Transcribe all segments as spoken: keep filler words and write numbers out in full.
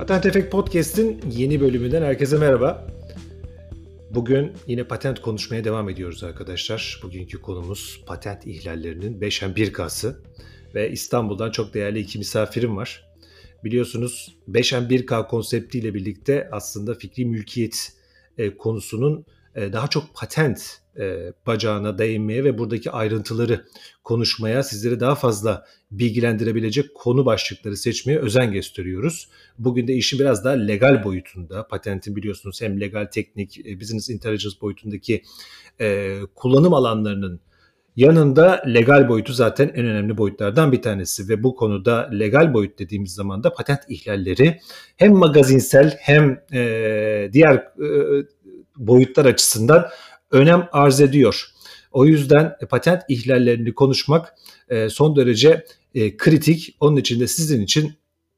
Patent Efekt Podcast'in yeni bölümünden herkese merhaba. Bugün yine patent konuşmaya devam ediyoruz arkadaşlar. Bugünkü konumuz patent ihlallerinin beş M bir K'sı ve İstanbul'dan çok değerli iki misafirim var. Biliyorsunuz beş M bir K konseptiyle birlikte aslında fikri mülkiyet e, konusunun e, daha çok patent e, bacağına değinmeye ve buradaki ayrıntıları konuşmaya, sizleri daha fazla bilgilendirebilecek konu başlıkları seçmeye özen gösteriyoruz. Bugün de işin biraz daha legal boyutunda, patentin biliyorsunuz hem legal, teknik, e, business intelligence boyutundaki e, kullanım alanlarının yanında legal boyutu zaten en önemli boyutlardan bir tanesi ve bu konuda legal boyut dediğimiz zaman da patent ihlalleri hem magazinsel hem e, diğer e, boyutlar açısından önem arz ediyor. O yüzden e, patent ihlallerini konuşmak e, son derece e, kritik. Onun için de sizin için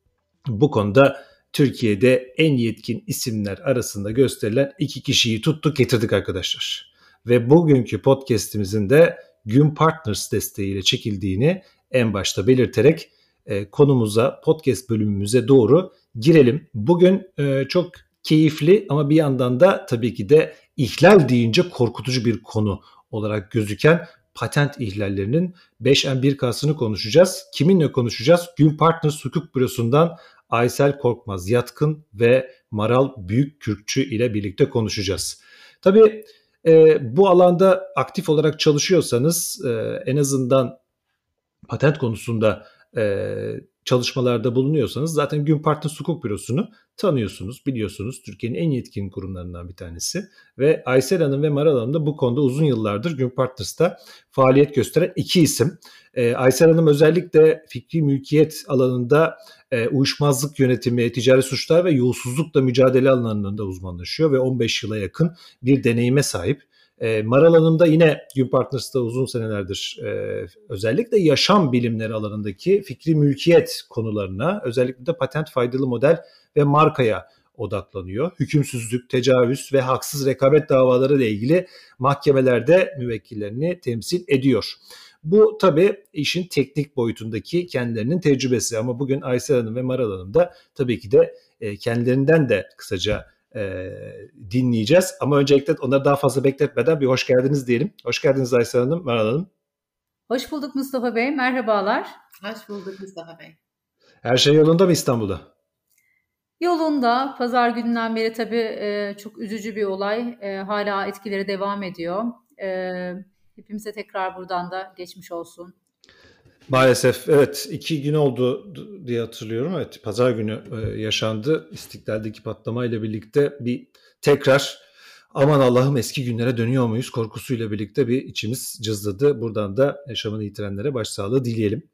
bu konuda Türkiye'de en yetkin isimler arasında gösterilen iki kişiyi tuttuk getirdik arkadaşlar. Ve bugünkü podcast'imizin de Gün Partners desteğiyle çekildiğini en başta belirterek e, konumuza, podcast bölümümüze doğru girelim. Bugün e, çok keyifli ama bir yandan da tabii ki de ihlal deyince korkutucu bir konu olarak gözüken patent ihlallerinin beş M bir K'sını konuşacağız. Kiminle konuşacağız? Gün Partners Hukuk Bürosu'ndan Aysel Korkmaz Yatkın ve Maral Büyükkürkçü ile birlikte konuşacağız. Tabii e, bu alanda aktif olarak çalışıyorsanız e, en azından patent konusunda e, çalışmalarda bulunuyorsanız zaten Gün Partners Hukuk Bürosu'nu tanıyorsunuz, biliyorsunuz. Türkiye'nin en yetkin kurumlarından bir tanesi. Ve Aysel Hanım ve Maral Hanım da bu konuda uzun yıllardır Gün Partners'ta faaliyet gösteren iki isim. E, Aysel Hanım özellikle fikri mülkiyet alanında e, uyuşmazlık yönetimi, ticari suçlar ve yolsuzlukla mücadele alanlarında uzmanlaşıyor ve on beş yıla yakın bir deneyime sahip. E, Maral Hanım da yine Gün Partners'ta uzun senelerdir e, özellikle yaşam bilimleri alanındaki fikri mülkiyet konularına, özellikle de patent faydalı model ve markaya odaklanıyor. Hükümsüzlük, tecavüz ve haksız rekabet davaları ile ilgili mahkemelerde müvekkillerini temsil ediyor. Bu tabii işin teknik boyutundaki kendilerinin tecrübesi ama bugün Aysel Hanım ve Maral Hanım da tabii ki de e, kendilerinden de kısaca e, dinleyeceğiz. Ama öncelikle onları daha fazla bekletmeden bir hoş geldiniz diyelim. Hoş geldiniz Aysel Hanım, Maral Hanım. Hoş bulduk Mustafa Bey, merhabalar. Hoş bulduk Mustafa Bey. Her şey yolunda mı İstanbul'da? Yolunda. Pazar gününden beri tabii e, çok üzücü bir olay. E, hala etkileri devam ediyor. E, hepimize tekrar buradan da geçmiş olsun. Maalesef evet, iki gün oldu diye hatırlıyorum. Evet, pazar günü e, yaşandı. İstiklal'deki patlamayla birlikte bir tekrar aman Allah'ım eski günlere dönüyor muyuz korkusuyla birlikte bir içimiz cızladı. Buradan da yaşamını yitirenlere başsağlığı dileyelim.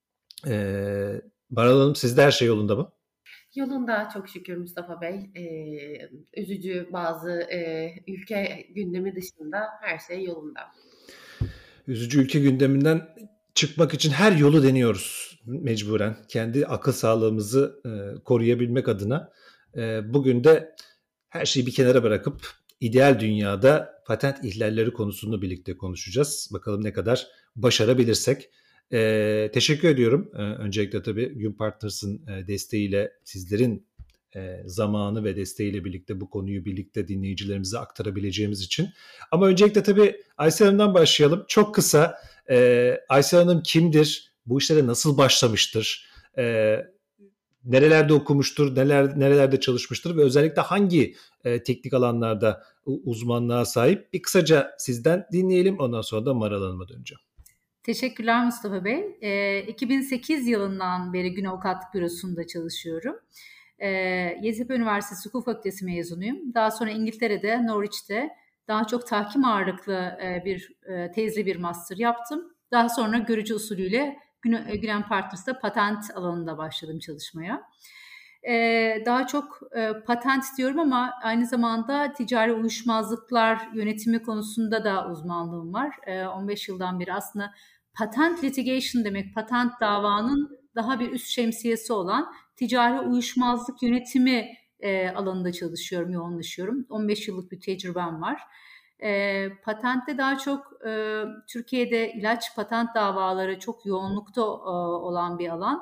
Ee, Maral Hanım, sizde her şey yolunda mı? Yolunda çok şükür Mustafa Bey. Ee, üzücü bazı e, ülke gündemi dışında her şey yolunda. Üzücü ülke gündeminden çıkmak için her yolu deniyoruz mecburen. Kendi akıl sağlığımızı e, koruyabilmek adına. E, bugün de her şeyi bir kenara bırakıp ideal dünyada patent ihlalleri konusunu birlikte konuşacağız. Bakalım ne kadar başarabilirsek. E, teşekkür ediyorum. E, öncelikle tabii Gün Partners'ın e, desteğiyle, sizlerin e, zamanı ve desteğiyle birlikte bu konuyu birlikte dinleyicilerimize aktarabileceğimiz için. Ama öncelikle tabii Aysel Hanım'dan başlayalım. Çok kısa e, Aysel Hanım kimdir? Bu işlere nasıl başlamıştır? E, nerelerde okumuştur? Neler, nerelerde çalışmıştır? Ve özellikle hangi e, teknik alanlarda uzmanlığa sahip? Bir kısaca sizden dinleyelim. Ondan sonra da Maral Hanım'a döneceğim. Teşekkürler Mustafa Bey. E, iki bin sekiz yılından beri Gün Avukatlık Bürosu'nda çalışıyorum. E, Yeditepe Üniversitesi Hukuk Fakültesi mezunuyum. Daha sonra İngiltere'de, Norwich'te daha çok tahkim ağırlıklı e, bir e, tezli bir master yaptım. Daha sonra görücü usulüyle Gün, Gülen Partners'ta patent alanında başladım çalışmaya. Ee, daha çok e, patent diyorum ama aynı zamanda ticari uyuşmazlıklar yönetimi konusunda da uzmanlığım var. E, on beş yıldan beri aslında patent litigation demek, patent davanın daha bir üst şemsiyesi olan ticari uyuşmazlık yönetimi e, alanında çalışıyorum, yoğunlaşıyorum. on beş yıllık bir tecrübem var. E, patentte daha çok e, Türkiye'de ilaç patent davaları çok yoğunlukta e, olan bir alan.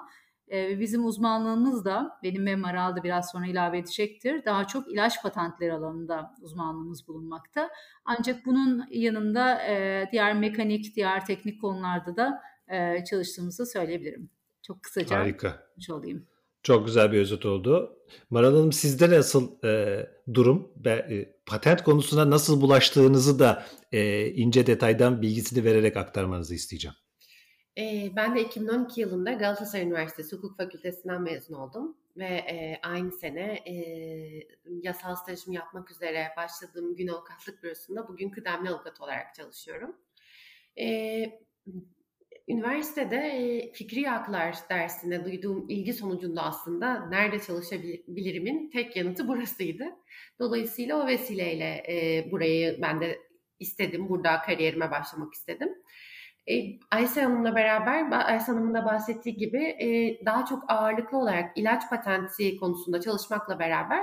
E, bizim uzmanlığımız da, benim ve Maral da biraz sonra ilave edecektir, daha çok ilaç patentleri alanında uzmanlığımız bulunmakta. Ancak bunun yanında e, diğer mekanik, diğer teknik konularda da e, çalıştığımızı söyleyebilirim. Çok kısaca Harika. olayım. Çok güzel bir özet oldu. Maral Hanım, sizde nasıl e, durum? Ve, e, patent konusuna nasıl bulaştığınızı da e, ince detaydan bilgisini vererek aktarmanızı isteyeceğim. E, ben de iki bin on iki yılında Galatasaray Üniversitesi Hukuk Fakültesinden mezun oldum. Ve e, aynı sene e, yasal stajımı yapmak üzere başladığım Gün Avukatlık Bürosu'nda bugün kıdemli avukat olarak çalışıyorum. E, Üniversitede e, fikri haklar dersine duyduğum ilgi sonucunda aslında nerede çalışabilirimin tek yanıtı burasıydı. Dolayısıyla o vesileyle e, burayı ben de istedim, burada kariyerime başlamak istedim. E, Aysel Hanım'la beraber, Aysel Hanım'ın da bahsettiği gibi e, daha çok ağırlıklı olarak ilaç patenti konusunda çalışmakla beraber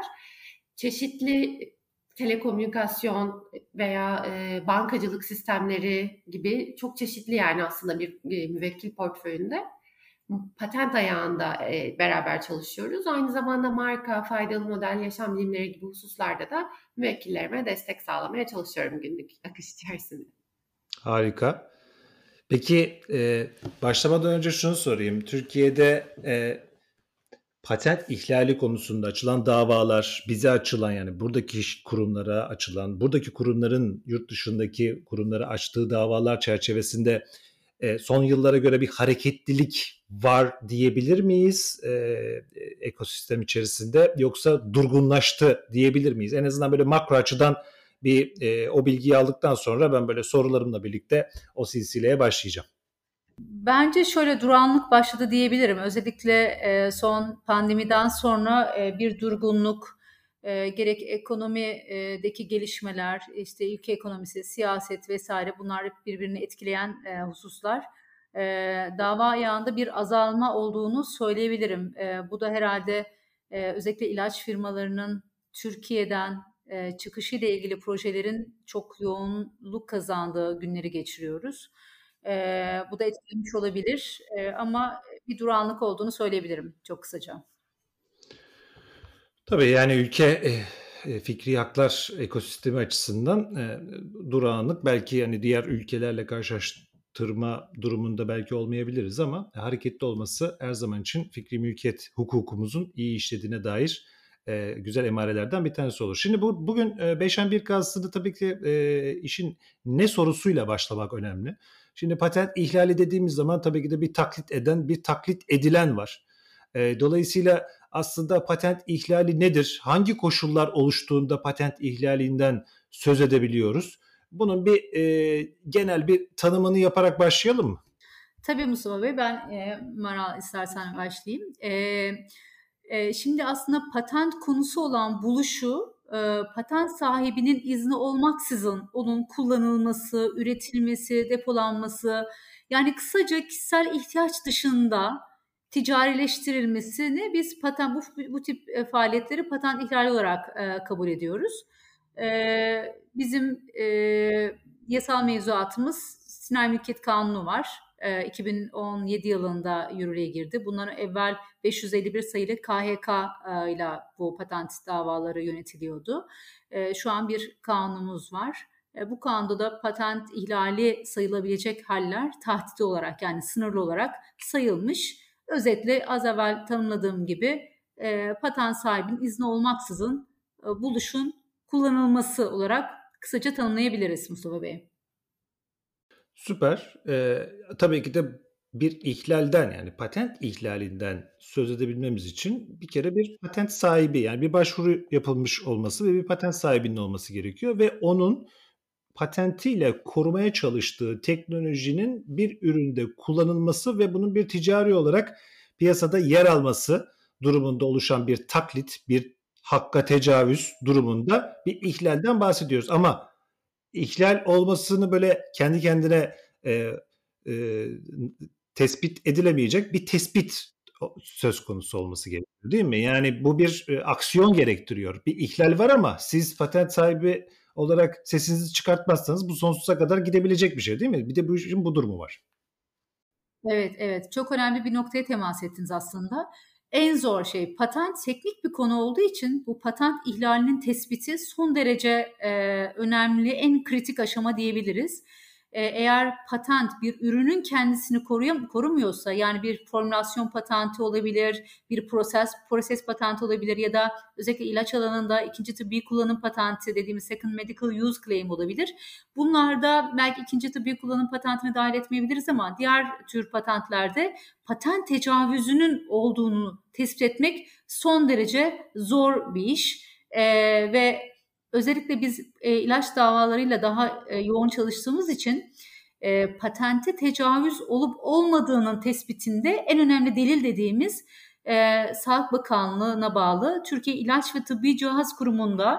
çeşitli telekomünikasyon veya e, bankacılık sistemleri gibi çok çeşitli, yani aslında bir e, müvekkil portföyünde patent ayağında e, beraber çalışıyoruz. Aynı zamanda marka, faydalı model, yaşam bilimleri gibi hususlarda da müvekkillerime destek sağlamaya çalışıyorum günlük akış içerisinde. Harika. Peki e, başlamadan önce şunu sorayım. Türkiye'de e, patent ihlali konusunda açılan davalar, bize açılan, yani buradaki kurumlara açılan, buradaki kurumların yurt dışındaki kurumlara açtığı davalar çerçevesinde e, son yıllara göre bir hareketlilik var diyebilir miyiz e, ekosistem içerisinde, yoksa durgunlaştı diyebilir miyiz? En azından böyle makro açıdan bir e, o bilgiyi aldıktan sonra ben böyle sorularımla birlikte o silsileye başlayacağım. Bence şöyle duranlık başladı diyebilirim. Özellikle e, son pandemiden sonra e, bir durgunluk, e, gerek ekonomideki gelişmeler, işte ülke ekonomisi, siyaset vesaire, bunlar hep birbirini etkileyen e, hususlar. E, dava ayağında bir azalma olduğunu söyleyebilirim. E, bu da herhalde e, özellikle ilaç firmalarının Türkiye'den e, çıkışıyla ilgili projelerin çok yoğunluk kazandığı günleri geçiriyoruz. Ee, bu da etkilemiş olabilir ee, ama bir durağanlık olduğunu söyleyebilirim çok kısaca. Tabii yani ülke e, fikri haklar ekosistemi açısından e, durağanlık belki yani diğer ülkelerle karşılaştırma durumunda belki olmayabiliriz ama hareketli olması her zaman için fikri mülkiyet hukukumuzun iyi işlediğine dair e, güzel emarelerden bir tanesi olur. Şimdi bu bugün e, beşen bir kazısında tabii ki e, işin ne sorusuyla başlamak önemli. Şimdi patent ihlali dediğimiz zaman tabii ki de bir taklit eden, bir taklit edilen var. E, dolayısıyla aslında patent ihlali nedir? Hangi koşullar oluştuğunda patent ihlalinden söz edebiliyoruz? Bunun bir e, genel bir tanımını yaparak başlayalım mı? Tabii Mustafa Bey, ben e, Maral istersen başlayayım. E, e, şimdi aslında patent konusu olan buluşu, e, patent sahibinin izni olmaksızın onun kullanılması, üretilmesi, depolanması, yani kısaca kişisel ihtiyaç dışında ticarileştirilmesini biz patent bu, bu tip e, faaliyetleri patent ihlali olarak e, kabul ediyoruz. E, bizim e, yasal mevzuatımız Sinayi Mülkiyet Kanunu var. E, iki bin on yedi yılında yürürlüğe girdi. Bundan evvel beş yüz elli bir sayılı K H K e, ile bu patent davaları yönetiliyordu. E, şu an bir kanunumuz var. E, bu kanunda da patent ihlali sayılabilecek haller tahtiti olarak, yani sınırlı olarak sayılmış. Özetle az evvel tanımladığım gibi e, patent sahibinin izni olmaksızın e, buluşun kullanılması olarak kısaca tanımlayabiliriz Mustafa Bey. Süper. Ee, tabii ki de bir ihlalden, yani patent ihlalinden söz edebilmemiz için bir kere bir patent sahibi, yani bir başvuru yapılmış olması ve bir patent sahibinin olması gerekiyor ve onun patentiyle korumaya çalıştığı teknolojinin bir üründe kullanılması ve bunun bir ticari olarak piyasada yer alması durumunda oluşan bir taklit, bir hakka tecavüz durumunda bir ihlalden bahsediyoruz. Ama ihlal olmasını böyle kendi kendine e, e, tespit edilemeyecek bir tespit söz konusu olması gerekiyor, değil mi? Yani bu bir e, aksiyon gerektiriyor. Bir ihlal var ama siz patent sahibi olarak sesinizi çıkartmazsanız bu sonsuza kadar gidebilecek bir şey, değil mi? Bir de bu işin bu durumu var. Evet, evet. Çok önemli bir noktaya temas ettiniz aslında. En zor şey patent teknik bir konu olduğu için bu patent ihlalinin tespiti son derece e, önemli, en kritik aşama diyebiliriz. E, eğer patent bir ürünün kendisini koruyam- korumuyorsa, yani bir formülasyon patenti olabilir, bir proses proses patenti olabilir ya da özellikle ilaç alanında ikinci tıbbi kullanım patenti dediğimiz second medical use claim olabilir. Bunlarda belki ikinci tıbbi kullanım patentini dahil etmeyebiliriz ama diğer tür patentlerde patent tecavüzünün olduğunu tespit etmek son derece zor bir iş. Ee, ve özellikle biz e, ilaç davalarıyla daha e, yoğun çalıştığımız için e, patente tecavüz olup olmadığının tespitinde en önemli delil dediğimiz e, Sağlık Bakanlığı'na bağlı Türkiye İlaç ve Tıbbi Cihaz Kurumu'nda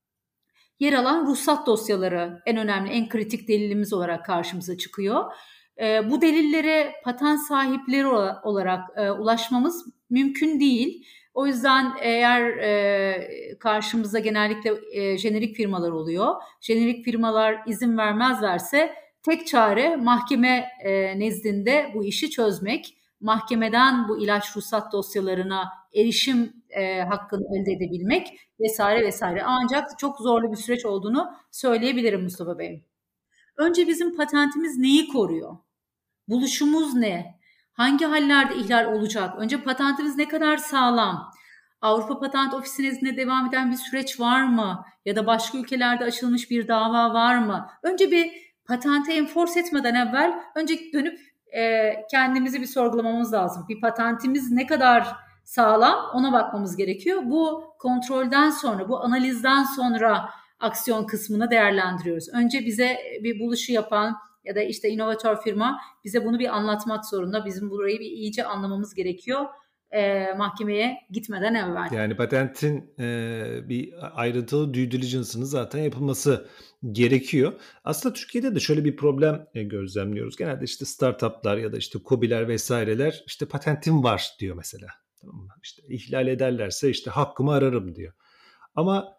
yer alan ruhsat dosyaları en önemli, en kritik delilimiz olarak karşımıza çıkıyor. E, bu delillere patent sahipleri olarak e, ulaşmamız mümkün değil. O yüzden eğer e, karşımıza genellikle e, jenerik firmalar oluyor, jenerik firmalar izin vermezlerse tek çare mahkeme e, nezdinde bu işi çözmek. Mahkemeden bu ilaç ruhsat dosyalarına erişim e, hakkını elde edebilmek vesaire vesaire. Ancak çok zorlu bir süreç olduğunu söyleyebilirim Mustafa Bey. Önce bizim patentimiz neyi koruyor? Buluşumuz ne? Hangi hallerde ihlal olacak? Önce patentimiz ne kadar sağlam? Avrupa Patent Ofisi nezdinde devam eden bir süreç var mı? Ya da başka ülkelerde açılmış bir dava var mı? Önce bir patente enforce etmeden evvel önce dönüp e, kendimizi bir sorgulamamız lazım. Bir patentimiz ne kadar sağlam, ona bakmamız gerekiyor. Bu kontrolden sonra, bu analizden sonra aksiyon kısmını değerlendiriyoruz. Önce bize bir buluşu yapan ya da işte inovatör firma bize bunu bir anlatmak zorunda. Bizim burayı bir iyice anlamamız gerekiyor e, mahkemeye gitmeden evvel. Yani patentin e, bir ayrıntılı due diligence'ının zaten yapılması gerekiyor. Aslında Türkiye'de de şöyle bir problem e, gözlemliyoruz. Genelde işte startuplar ya da işte KOBİ'ler vesaireler işte patentim var diyor mesela. Tamam mı? İşte ihlal ederlerse işte hakkımı ararım diyor. Ama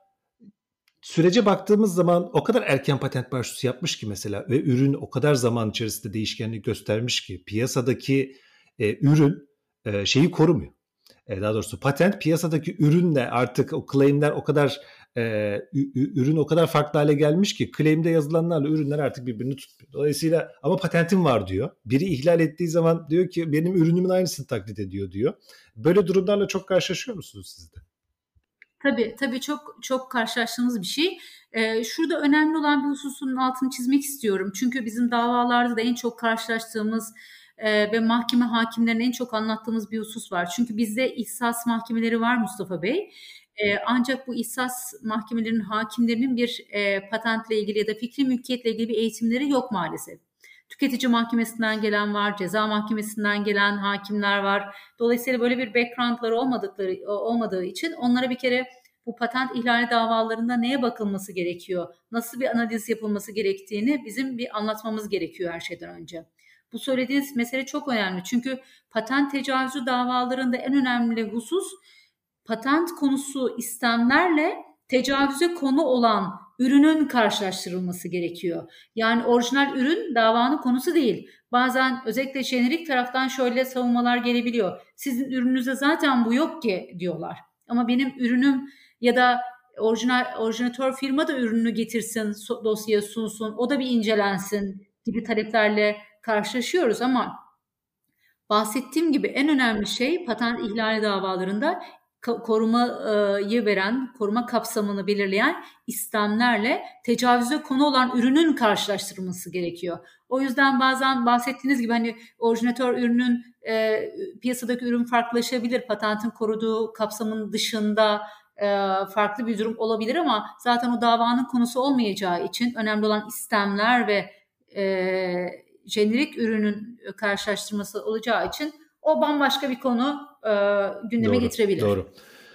sürece baktığımız zaman o kadar erken patent başvurusu yapmış ki mesela ve ürün o kadar zaman içerisinde değişkenlik göstermiş ki piyasadaki e, ürün e, şeyi korumuyor. E, daha doğrusu patent piyasadaki ürünle artık o claimler o kadar e, ürün o kadar farklı hale gelmiş ki claim'de yazılanlarla ürünler artık birbirini tutmuyor. Dolayısıyla ama patentim var diyor. Biri ihlal ettiği zaman diyor ki benim ürünümün aynısını taklit ediyor diyor. Böyle durumlarla çok karşılaşıyor musunuz siz de? Tabii tabii çok çok karşılaştığımız bir şey. Ee, şurada önemli olan bir hususun altını çizmek istiyorum. Çünkü bizim davalarda da en çok karşılaştığımız e, ve mahkeme hakimlerine en çok anlattığımız bir husus var. Çünkü bizde ihsas mahkemeleri var Mustafa Bey. E, ancak bu ihsas mahkemelerinin hakimlerinin bir e, patentle ilgili ya da fikri mülkiyetle ilgili bir eğitimleri yok maalesef. Tüketici mahkemesinden gelen var, ceza mahkemesinden gelen hakimler var. Dolayısıyla böyle bir backgroundları olmadıkları olmadığı için onlara bir kere bu patent ihlali davalarında neye bakılması gerekiyor, nasıl bir analiz yapılması gerektiğini bizim bir anlatmamız gerekiyor her şeyden önce. Bu söylediğiniz mesele çok önemli çünkü patent tecavüzü davalarında en önemli husus patent konusu istemlerle tecavüze konu olan ürünün karşılaştırılması gerekiyor. Yani orijinal ürün davanın konusu değil. Bazen özellikle jenerik taraftan şöyle savunmalar gelebiliyor. Sizin ürününüzde zaten bu yok ki diyorlar. Ama benim ürünüm ya da orijinal orijinatör firma da ürününü getirsin, dosyaya sunsun, o da bir incelensin gibi taleplerle karşılaşıyoruz ama bahsettiğim gibi en önemli şey patent ihlali davalarında korumayı veren, koruma kapsamını belirleyen istemlerle tecavüze konu olan ürünün karşılaştırılması gerekiyor. O yüzden bazen bahsettiğiniz gibi hani orijinatör ürünün e, piyasadaki ürün farklılaşabilir. Patentin koruduğu kapsamın dışında e, farklı bir durum olabilir ama zaten o davanın konusu olmayacağı için önemli olan istemler ve e, jenerik ürünün karşılaştırması olacağı için o bambaşka bir konu e, gündeme doğru, getirebilir. Doğru.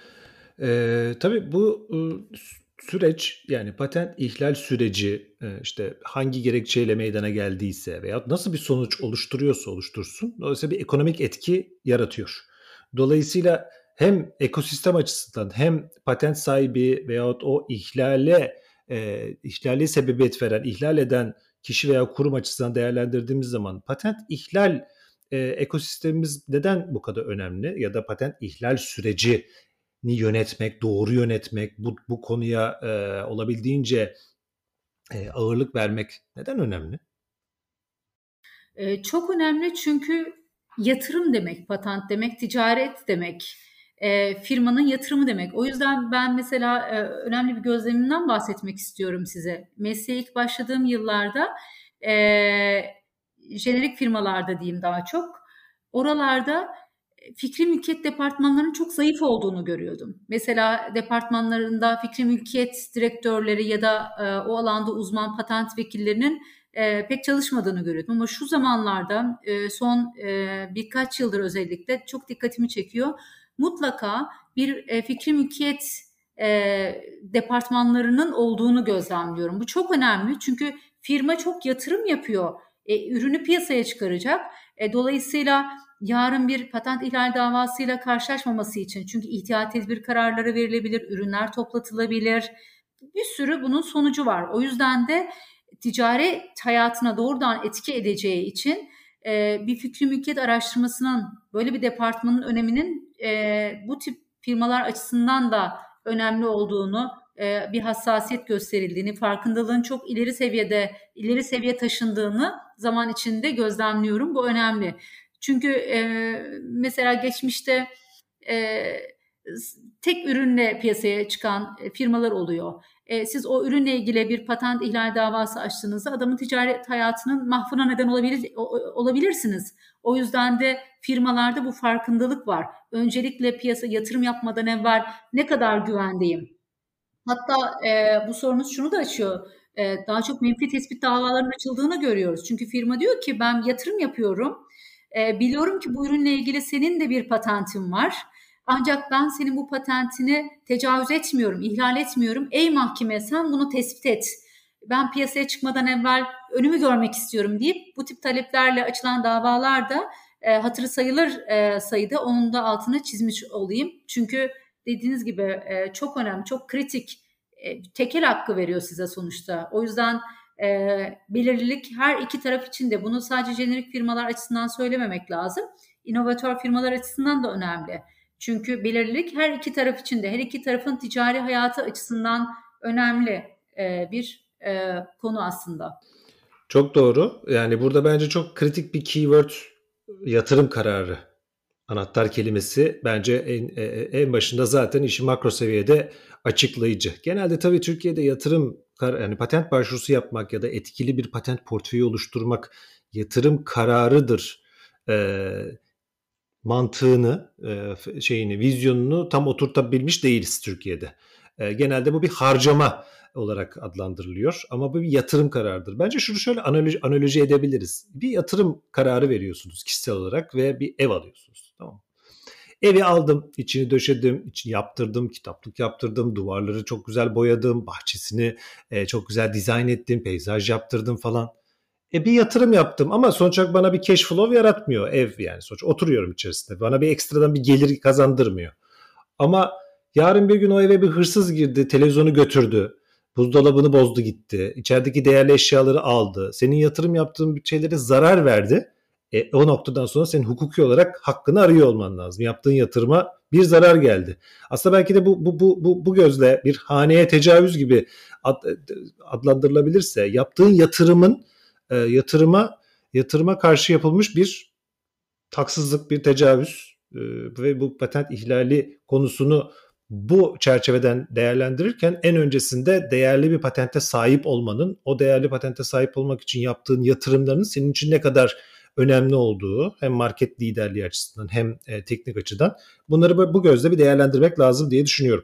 Ee, tabii bu e, süreç yani patent ihlal süreci e, işte hangi gerekçeyle meydana geldiyse veya nasıl bir sonuç oluşturuyorsa oluştursun dolayısıyla bir ekonomik etki yaratıyor. Dolayısıyla hem ekosistem açısından hem patent sahibi veyahut o ihlale e, ihlali sebebiyet veren, ihlal eden kişi veya kurum açısından değerlendirdiğimiz zaman patent ihlal e, ekosistemimiz neden bu kadar önemli? Ya da patent ihlal sürecini yönetmek, doğru yönetmek, bu, bu konuya e, olabildiğince e, ağırlık vermek neden önemli? E, çok önemli çünkü yatırım demek, patent demek, ticaret demek, e, firmanın yatırımı demek. O yüzden ben mesela e, önemli bir gözlemimden bahsetmek istiyorum size. Mesleğe ilk başladığım yıllarda e, jenerik firmalarda diyeyim daha çok, oralarda fikri mülkiyet departmanlarının çok zayıf olduğunu görüyordum. Mesela departmanlarında fikri mülkiyet direktörleri ya da e, o alanda uzman patent vekillerinin e, pek çalışmadığını görüyordum. Ama şu zamanlarda e, son e, birkaç yıldır özellikle çok dikkatimi çekiyor. Mutlaka bir e, fikri mülkiyet e, departmanlarının olduğunu gözlemliyorum. Bu çok önemli çünkü firma çok yatırım yapıyor. E, ürünü piyasaya çıkaracak. E, dolayısıyla yarın bir patent ihlal davasıyla karşılaşmaması için, çünkü ihtiyat tedbir kararları verilebilir, ürünler toplatılabilir, bir sürü bunun sonucu var. O yüzden de ticaret hayatına doğrudan etki edeceği için e, bir fikri mülkiyet araştırmasının, böyle bir departmanın öneminin e, bu tip firmalar açısından da önemli olduğunu, e, bir hassasiyet gösterildiğini, farkındalığın çok ileri seviyede, ileri seviye taşındığını zaman içinde gözlemliyorum. Bu önemli. Çünkü e, mesela geçmişte e, tek ürünle piyasaya çıkan firmalar oluyor. E, siz o ürünle ilgili bir patent ihlal davası açtığınızda adamın ticaret hayatının mahvına neden olabilir, olabilirsiniz. O yüzden de firmalarda bu farkındalık var. Öncelikle piyasa yatırım yapmadan evvel ne kadar güvendeyim? Hatta e, bu sorunuz şunu da açıyor. E, daha çok menfi tespit davalarının açıldığını görüyoruz. Çünkü firma diyor ki ben yatırım yapıyorum. E, biliyorum ki bu ürünle ilgili senin de bir patentin var. Ancak ben senin bu patentini tecavüz etmiyorum, ihlal etmiyorum. Ey mahkeme, sen bunu tespit et. Ben piyasaya çıkmadan evvel önümü görmek istiyorum deyip bu tip taleplerle açılan davalarda e, hatırı sayılır e, sayıda, onun da altını çizmiş olayım. Çünkü dediğiniz gibi e, çok önemli, çok kritik, e, tekel hakkı veriyor size sonuçta. O yüzden e, belirlilik her iki taraf için de, bunu sadece jenerik firmalar açısından söylememek lazım. İnovatör firmalar açısından da önemli. Çünkü belirlilik her iki taraf için de, her iki tarafın ticari hayatı açısından önemli e, bir e, konu aslında. Çok doğru. Yani burada bence çok kritik bir keyword yatırım kararı. Anahtar kelimesi bence en, en başında zaten işi makro seviyede açıklayıcı. Genelde tabii Türkiye'de yatırım, yani patent başvurusu yapmak ya da etkili bir patent portföyü oluşturmak yatırım kararıdır e, mantığını, e, şeyini, vizyonunu tam oturtabilmiş değiliz Türkiye'de. E, genelde bu bir harcama olarak adlandırılıyor ama bu bir yatırım kararıdır. Bence şunu şöyle analoji, analoji edebiliriz. Bir yatırım kararı veriyorsunuz kişisel olarak ve bir ev alıyorsunuz. Tamam. Evi aldım, içini döşedim, içini yaptırdım, kitaplık yaptırdım, duvarları çok güzel boyadım, bahçesini e, çok güzel dizayn ettim, peyzaj yaptırdım falan. E bir yatırım yaptım ama sonuç olarak bana bir cash flow yaratmıyor ev, yani sonuç oturuyorum içerisinde. Bana bir ekstradan bir gelir kazandırmıyor. Ama yarın bir gün o eve bir hırsız girdi, televizyonu götürdü, buzdolabını bozdu gitti, içerideki değerli eşyaları aldı, senin yatırım yaptığın şeylere zarar verdi. E, o noktadan sonra senin hukuki olarak hakkını arıyor olman lazım. Yaptığın yatırıma bir zarar geldi. Aslında belki de bu bu bu bu, bu gözle bir haneye tecavüz gibi ad, adlandırılabilirse, yaptığın yatırımın e, yatırıma yatırıma karşı yapılmış bir haksızlık, bir tecavüz e, ve bu patent ihlali konusunu bu çerçeveden değerlendirirken en öncesinde değerli bir patente sahip olmanın, o değerli patente sahip olmak için yaptığın yatırımların senin için ne kadar önemli olduğu, hem market liderliği açısından hem e, teknik açıdan, bunları bu gözle bir değerlendirmek lazım diye düşünüyorum.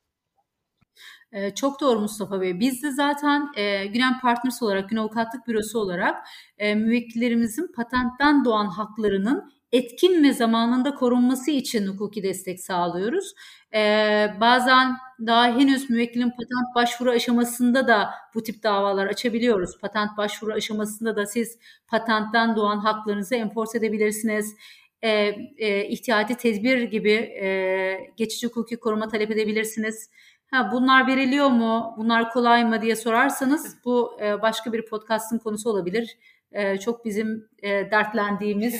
Ee, çok doğru Mustafa Bey. Biz de zaten e, Günen Partners olarak, Günen Avukatlık Bürosu olarak e, müvekkillerimizin patentten doğan haklarının etkin ve zamanında korunması için hukuki destek sağlıyoruz. Ee, bazen daha henüz müvekkilin patent başvuru aşamasında da bu tip davalar açabiliyoruz. Patent başvuru aşamasında da siz patentten doğan haklarınızı enforce edebilirsiniz. E, e, ihtiyati tedbir gibi e, geçici hukuki koruma talep edebilirsiniz. Ha, bunlar veriliyor mu, bunlar kolay mı diye sorarsanız bu e, başka bir podcast'ın konusu olabilir. E, çok bizim e, dertlendiğimiz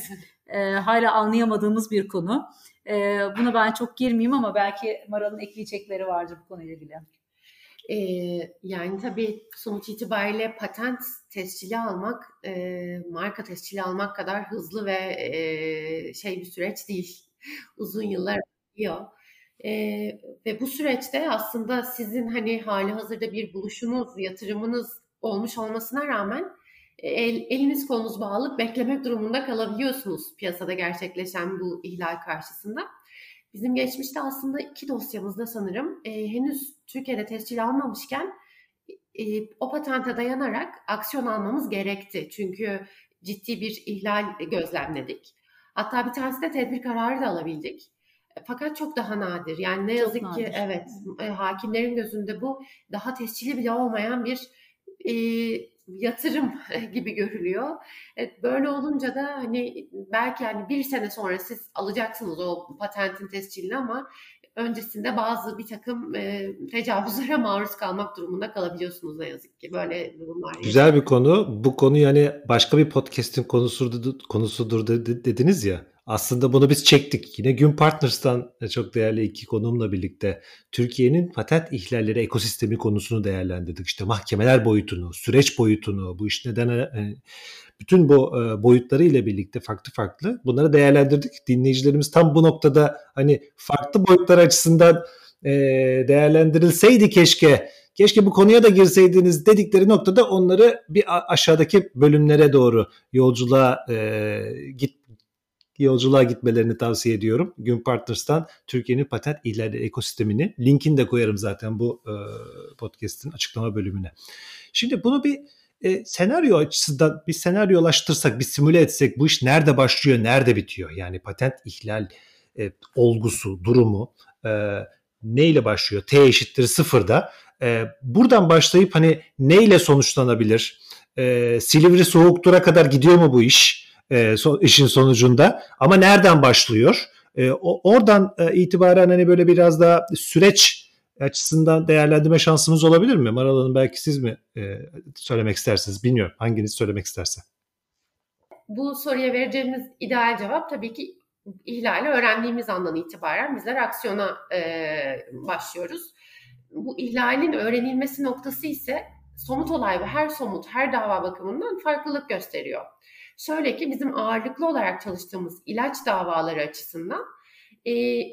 e, hala anlayamadığımız bir konu. E, buna ben çok girmeyeyim ama belki Maral'ın ekleyecekleri vardır bu konuyla ilgili. Ee, yani tabii sonuç itibariyle patent tescili almak, e, marka tescili almak kadar hızlı ve e, şey bir süreç değil. Uzun yıllar alıyor. E, ve bu süreçte aslında sizin hani hali hazırda bir buluşunuz, yatırımınız olmuş olmasına rağmen el, eliniz kolunuz bağlı beklemek durumunda kalabiliyorsunuz piyasada gerçekleşen bu ihlal karşısında. Bizim geçmişte aslında iki dosyamızda sanırım e, henüz Türkiye'de tescil almamışken e, o patente dayanarak aksiyon almamız gerekti. Çünkü ciddi bir ihlal gözlemledik. Hatta bir tanesinde tedbir kararı da alabildik. E, fakat çok daha nadir. Yani ne yazık çok ki nadir. Evet, e, hakimlerin gözünde bu daha tescili bile olmayan bir e, yatırım gibi görülüyor. Evet, böyle olunca da hani belki hani bir sene sonra siz alacaksınız o patentin tescilini ama öncesinde bazı bir takım e, tecavüzlere maruz kalmak durumunda kalabiliyorsunuz ne yazık ki. Böyle durumlar. Güzel yaşıyor. Bir konu. Bu konu yani başka bir podcast'in konusudur, konusudur dediniz ya. Aslında bunu biz çektik. Yine Gün Partners'tan çok değerli iki konuğumla birlikte Türkiye'nin patent ihlalleri ekosistemi konusunu değerlendirdik. İşte mahkemeler boyutunu, süreç boyutunu, bu iş neden bütün bu boyutları ile birlikte farklı farklı bunları değerlendirdik. Dinleyicilerimiz tam bu noktada hani farklı boyutlar açısından değerlendirilseydi keşke, keşke bu konuya da girseydiniz dedikleri noktada onları bir aşağıdaki bölümlere doğru yolculuğa git yolculuğa gitmelerini tavsiye ediyorum. Gün Partners'tan Türkiye'nin patent ihlalleri ekosistemini, linkini de koyarım zaten bu e, podcast'in açıklama bölümüne. Şimdi bunu bir e, senaryo açısından bir senaryolaştırsak, bir simüle etsek bu iş nerede başlıyor, nerede bitiyor? Yani patent ihlal e, olgusu, durumu e, neyle başlıyor? T eşittir sıfırda. E, buradan başlayıp hani neyle sonuçlanabilir? E, Silivri Soğuktur'a kadar gidiyor mu bu iş? E, so, işin sonucunda ama nereden başlıyor? E, o, oradan e, itibaren hani böyle biraz daha süreç açısından değerlendirme şansımız olabilir mi? Maral Hanım belki siz mi e, söylemek istersiniz? Bilmiyorum. Hanginiz söylemek isterse. Bu soruya vereceğimiz ideal cevap tabii ki ihlali öğrendiğimiz andan itibaren bizler aksiyona e, başlıyoruz. Bu ihlalin öğrenilmesi noktası ise somut olay ve her somut, her dava bakımından farklılık gösteriyor. Şöyle ki bizim ağırlıklı olarak çalıştığımız ilaç davaları açısından e,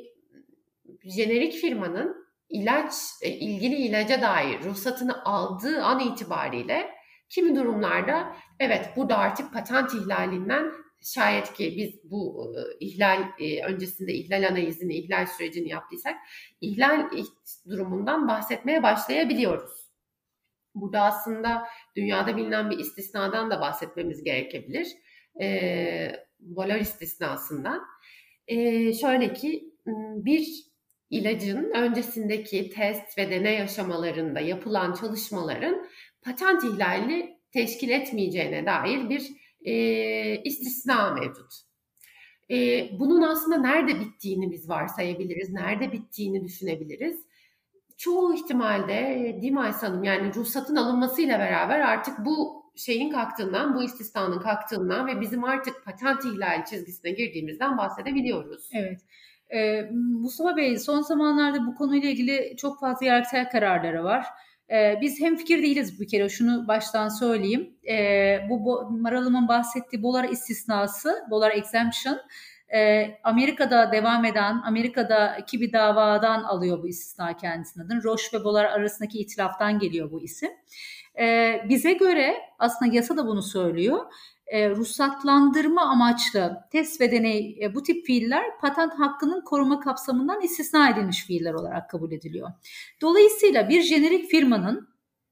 jenerik firmanın ilaç e, ilgili ilaca dair ruhsatını aldığı an itibariyle kimi durumlarda evet burada artık patent ihlalinden şayet ki biz bu e, ihlal e, öncesinde ihlal analizini, ihlal sürecini yaptıysak ihlal durumundan bahsetmeye başlayabiliyoruz. Burada aslında dünyada bilinen bir istisnadan da bahsetmemiz gerekebilir. E, Volor istisnasından. E, şöyle ki bir ilacın öncesindeki test ve deney aşamalarında yapılan çalışmaların patent ihlali teşkil etmeyeceğine dair bir e, istisna mevcut. E, bunun aslında nerede bittiğini biz varsayabiliriz, nerede bittiğini düşünebiliriz. Çoğu ihtimalde değil mi Aysel Hanım? Yani ruhsatın alınmasıyla beraber artık bu şeyin kalktığından, bu istisnanın kalktığından ve bizim artık patent ihlali çizgisine girdiğimizden bahsedebiliyoruz. Evet. Ee, Mustafa Bey, son zamanlarda bu konuyla ilgili çok fazla yargıtay kararları var. Ee, biz hemfikir değiliz bir kere, şunu baştan söyleyeyim. Ee, bu, bu Maral'ımın bahsettiği Bolar istisnası, Bolar exemption, e, Amerika'da devam eden, Amerika'daki bir davadan alıyor bu istisna kendisinin adını. Roche ve Bolar arasındaki itilaftan geliyor bu isim. Ee, bize göre aslında yasa da bunu söylüyor. E, ruhsatlandırma amaçlı test ve deney e, bu tip fiiller patent hakkının koruma kapsamından istisna edilmiş fiiller olarak kabul ediliyor. Dolayısıyla bir jenerik firmanın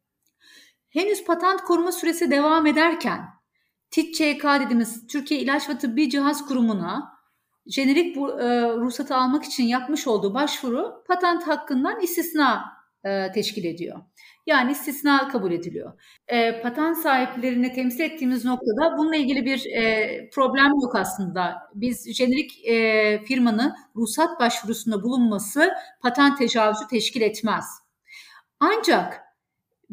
henüz patent koruma süresi devam ederken T İ C K dediğimiz Türkiye İlaç ve Tıbbi Cihaz Kurumu'na jenerik bu, e, ruhsatı almak için yapmış olduğu başvuru patent hakkından istisna e, teşkil ediyor. Yani istisna kabul ediliyor. E, patent sahiplerini temsil ettiğimiz noktada bununla ilgili bir e, problem yok aslında. Biz jenerik e, firmanın ruhsat başvurusunda bulunması patent tecavüzü teşkil etmez. Ancak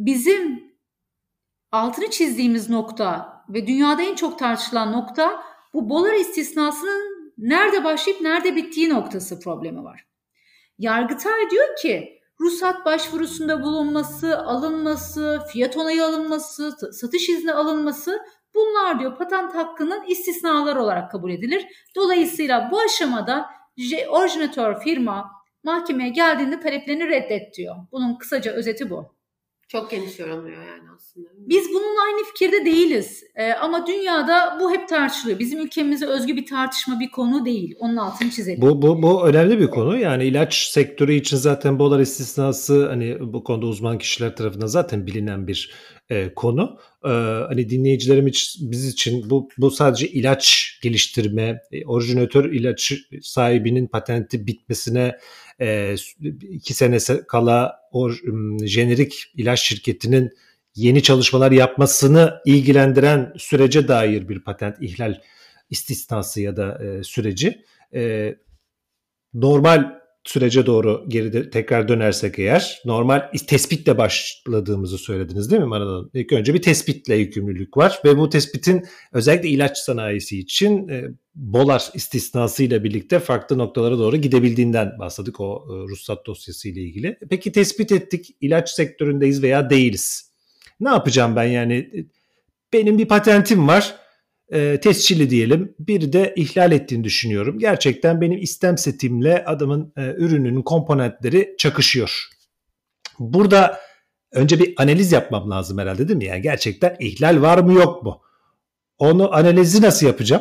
bizim altını çizdiğimiz nokta ve dünyada en çok tartışılan nokta, Bu Bolar istisnasının nerede başlayıp nerede bittiği noktası problemi var. Yargıtay diyor ki ruhsat başvurusunda bulunması, alınması, fiyat onayı alınması, satış izni alınması, bunlar diyor patent hakkının istisnaları olarak kabul edilir. Dolayısıyla bu aşamada orijinatör firma mahkemeye geldiğinde taleplerini reddet diyor. Bunun kısaca özeti bu. Çok geniş yorumluyor yani aslında. Biz bununla aynı fikirde değiliz. Ee, ama dünyada bu hep tartışılıyor. Bizim ülkemize özgü bir tartışma, bir konu değil. Onun altını çizelim. Bu, bu, bu önemli bir konu. Yani ilaç sektörü için zaten Bolar istisnası hani bu konuda uzman kişiler tarafından zaten bilinen bir e, konu. E, hani dinleyicilerim için, biz için bu, bu sadece ilaç geliştirme, e, orijinatör ilaç sahibinin patenti bitmesine e, iki sene kala o jenerik ilaç şirketinin yeni çalışmalar yapmasını ilgilendiren sürece dair bir patent ihlal istisnası ya da e, süreci. E, normal sürece doğru geride tekrar dönersek eğer, normal tespitle başladığımızı söylediniz değil mi Maral Hanım? İlk önce bir tespitle yükümlülük var ve bu tespitin özellikle ilaç sanayisi için e, Bolar istisnasıyla birlikte farklı noktalara doğru gidebildiğinden bahsettik o e, ruhsat dosyası ile ilgili. Peki tespit ettik, ilaç sektöründeyiz veya değiliz. Ne yapacağım ben yani? Benim bir patentim var. E, tescilli diyelim. Bir de ihlal ettiğini düşünüyorum. Gerçekten benim istem setimle adamın e, ürününün komponentleri çakışıyor. Burada önce bir analiz yapmam lazım herhalde değil mi? Yani gerçekten ihlal var mı yok mu? Onu analizi nasıl yapacağım?